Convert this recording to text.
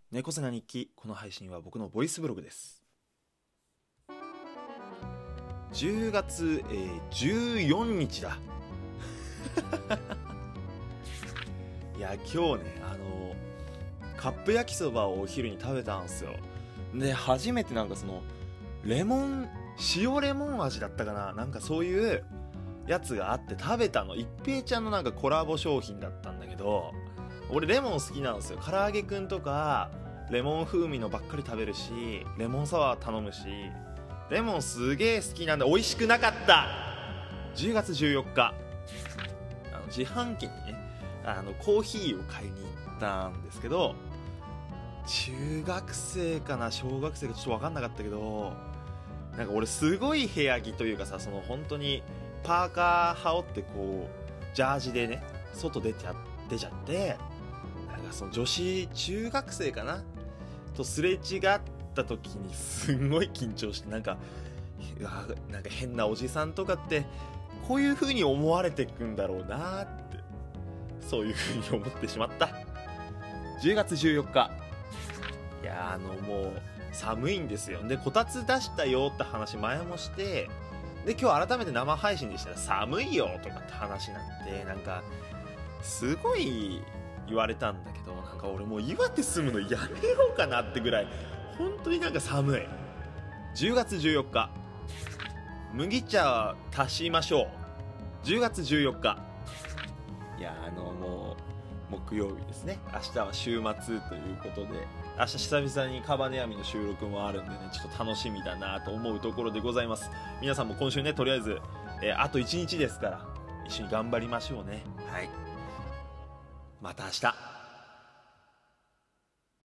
猫背な日記。この配信は僕のボイスブログです。10月、14日だいや今日ねカップ焼きそばをお昼に食べたんすよ。で初めてなんかその塩レモン味だったかな、なんかそういうやつがあって食べたの。一平ちゃんのなんかコラボ商品だったんだけど、俺レモン好きなんですよ。唐揚げくんとかレモン風味のばっかり食べるし、レモンサワー頼むし、レモンすげえ好きなんだ。美味しくなかった。10月14日自販機にねコーヒーを買いに行ったんですけど、中学生かな小学生かちょっと分かんなかったけど、なんか俺すごい部屋着というかさ、その本当にパーカー羽織ってこうジャージでね外出ちゃってなんかその女子中学生かなとすれ違った時にすんごい緊張して、なんか変なおじさんとかってこういう風に思われてくんだろうなって、そういう風に思ってしまった。10月14日いやもう寒いんですよ。でこたつ出したよって話前もして、で今日改めて生配信でしたら寒いよとかって話になって、なんかすごい言われたんだけど、なんか俺もう岩手住むのやめようかなってぐらい本当になんか寒い。10月14日麦茶足しましょう。10月14日いやもう木曜日ですね。明日は週末ということで、明日久々にカバネアミの収録もあるんでね、ちょっと楽しみだなと思うところでございます。皆さんも今週ね、とりあえず、あと1日ですから一緒に頑張りましょうね。はい、また明日。